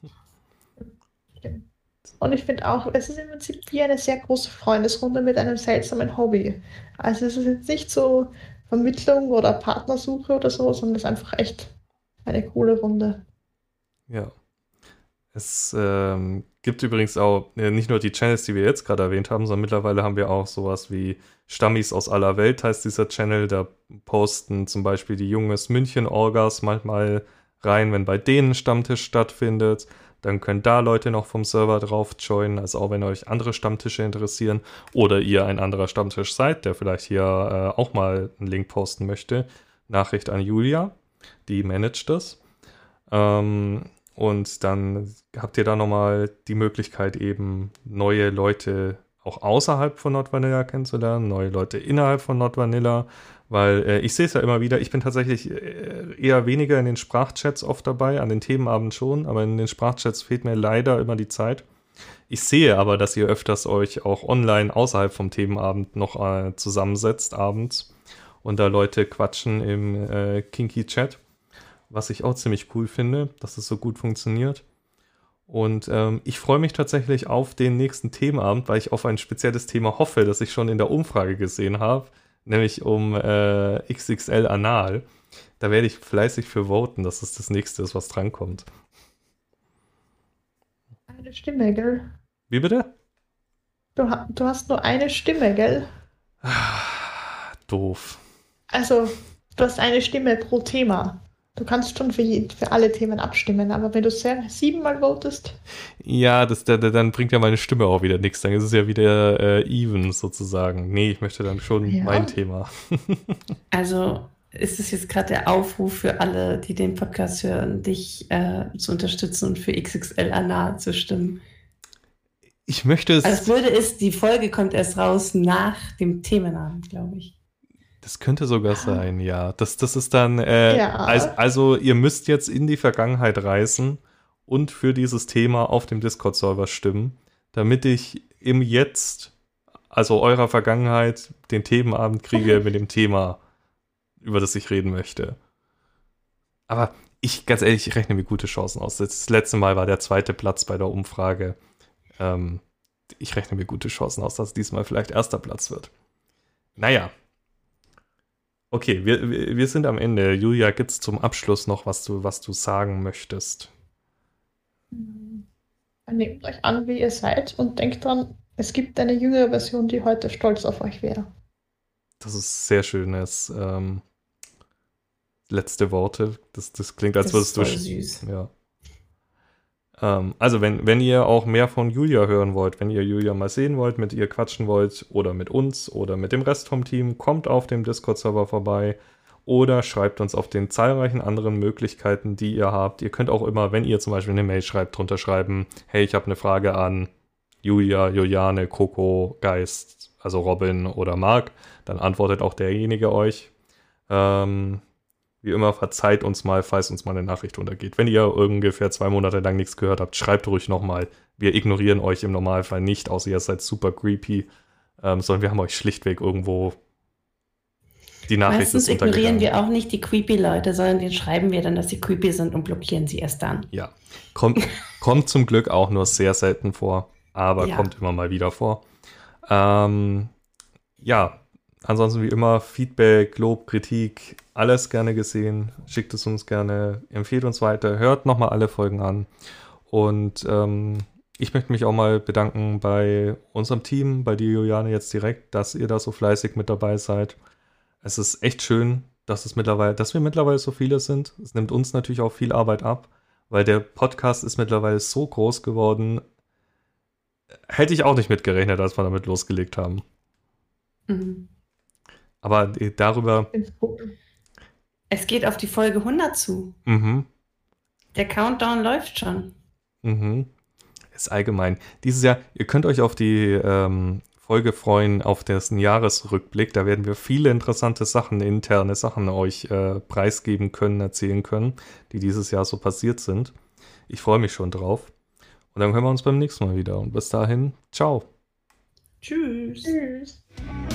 Und ich finde auch, es ist im Prinzip wie eine sehr große Freundesrunde mit einem seltsamen Hobby. Also es ist jetzt nicht so Vermittlung oder Partnersuche oder so, sondern es ist einfach echt eine coole Runde. Ja. Es ähm, gibt übrigens auch äh, nicht nur die Channels, die wir jetzt gerade erwähnt haben, sondern mittlerweile haben wir auch sowas wie Stammis aus aller Welt, heißt dieser Channel. Da posten zum Beispiel die Junges München-Orgas manchmal rein, wenn bei denen Stammtisch stattfindet. Dann können da Leute noch vom Server drauf joinen, also auch wenn euch andere Stammtische interessieren oder ihr ein anderer Stammtisch seid, der vielleicht hier äh, auch mal einen Link posten möchte. Nachricht an Julia, die managt das. Ähm, und dann habt ihr da nochmal die Möglichkeit, eben neue Leute auch außerhalb von Not Vanilla kennenzulernen, neue Leute innerhalb von Not Vanilla, weil äh, ich sehe es ja immer wieder, ich bin tatsächlich äh, eher weniger in den Sprachchats oft dabei, an den Themenabend schon, aber in den Sprachchats fehlt mir leider immer die Zeit. Ich sehe aber, dass ihr öfters euch auch online außerhalb vom Themenabend noch äh, zusammensetzt abends und da Leute quatschen im äh, Kinky-Chat, was ich auch ziemlich cool finde, dass es so gut funktioniert. Und ähm, ich freue mich tatsächlich auf den nächsten Themenabend, weil ich auf ein spezielles Thema hoffe, das ich schon in der Umfrage gesehen habe, nämlich um äh, X X L Anal. Da werde ich fleißig für voten, dass es das nächste ist, was drankommt. Eine Stimme, gell? Wie bitte? Du, ha- du hast nur eine Stimme, gell? Doof. Also, du hast eine Stimme pro Thema. Du kannst schon für, je, für alle Themen abstimmen, aber wenn du sehr, siebenmal votest. Ja, das, da, dann bringt ja meine Stimme auch wieder nichts. Dann ist es ja wieder äh, even sozusagen. Nee, ich möchte dann schon Ja. mein Thema. Also ist es jetzt gerade der Aufruf für alle, die den Podcast hören, dich äh, zu unterstützen und für X X L Anal zu stimmen? Ich möchte es... Also das Blöde ist, die Folge kommt erst raus nach dem Themenabend, glaube ich. Das könnte sogar sein, ja. Das, das ist dann, äh, Ja. also, also ihr müsst jetzt in die Vergangenheit reisen und für dieses Thema auf dem Discord-Server stimmen, damit ich im Jetzt, also eurer Vergangenheit, den Themenabend kriege mit dem Thema, über das ich reden möchte. Aber ich, ganz ehrlich, ich rechne mir gute Chancen aus. Das letzte Mal war der zweite Platz bei der Umfrage. Ähm, ich rechne mir gute Chancen aus, dass diesmal vielleicht erster Platz wird. Naja. Okay, wir, wir wir sind am Ende. Julia, gibt es zum Abschluss noch, was du, was du sagen möchtest? Nehmt euch an, wie ihr seid und denkt dran, es gibt eine jüngere Version, die heute stolz auf euch wäre. Das ist sehr schönes ähm, letzte Worte. Das, das klingt, als Das würdest ist du. voll süß. Ja. Ähm, also, wenn, wenn ihr auch mehr von Julia hören wollt, wenn ihr Julia mal sehen wollt, mit ihr quatschen wollt oder mit uns oder mit dem Rest vom Team, kommt auf dem Discord-Server vorbei oder schreibt uns auf den zahlreichen anderen Möglichkeiten, die ihr habt. Ihr könnt auch immer, wenn ihr zum Beispiel eine Mail schreibt, drunter schreiben, hey, ich habe eine Frage an Julia, Juliane, Coco, Geist, also Robin oder Marc, dann antwortet auch derjenige euch. Ähm, wie immer, verzeiht uns mal, falls uns mal eine Nachricht untergeht. Wenn ihr ungefähr zwei Monate lang nichts gehört habt, schreibt ruhig nochmal. Wir ignorieren euch im Normalfall nicht, außer ihr seid super creepy, ähm, sondern wir haben euch schlichtweg irgendwo die Nachricht Meistens ist ignorieren untergegangen. wir auch nicht die creepy Leute, sondern denen schreiben wir dann, dass sie creepy sind und blockieren sie erst dann. Ja, kommt, kommt zum Glück auch nur sehr selten vor, aber Ja. kommt immer mal wieder vor. Ähm, ja, ansonsten wie immer Feedback, Lob, Kritik, alles gerne gesehen. Schickt es uns gerne, empfehlt uns weiter, hört nochmal alle Folgen an. Und ähm, ich möchte mich auch mal bedanken bei unserem Team, bei dir, Juliane, jetzt direkt, dass ihr da so fleißig mit dabei seid. Es ist echt schön, dass es mittlerweile, dass wir mittlerweile so viele sind. Es nimmt uns natürlich auch viel Arbeit ab, weil der Podcast ist mittlerweile so groß geworden. Hätte ich auch nicht mitgerechnet, als wir damit losgelegt haben. Mhm. Aber äh, darüber, Find's cool. Es geht auf die Folge hundert zu. mhm, Der Countdown läuft schon. mhm, ist allgemein. Dieses Jahr, ihr könnt euch auf die ähm, Folge freuen, auf dessen Jahresrückblick. Da werden wir viele interessante Sachen, interne Sachen euch äh, preisgeben können, erzählen können, die dieses Jahr so passiert sind. Ich freue mich schon drauf. Und dann hören wir uns beim nächsten Mal wieder. Und bis dahin, ciao. Tschüss. Tschüss.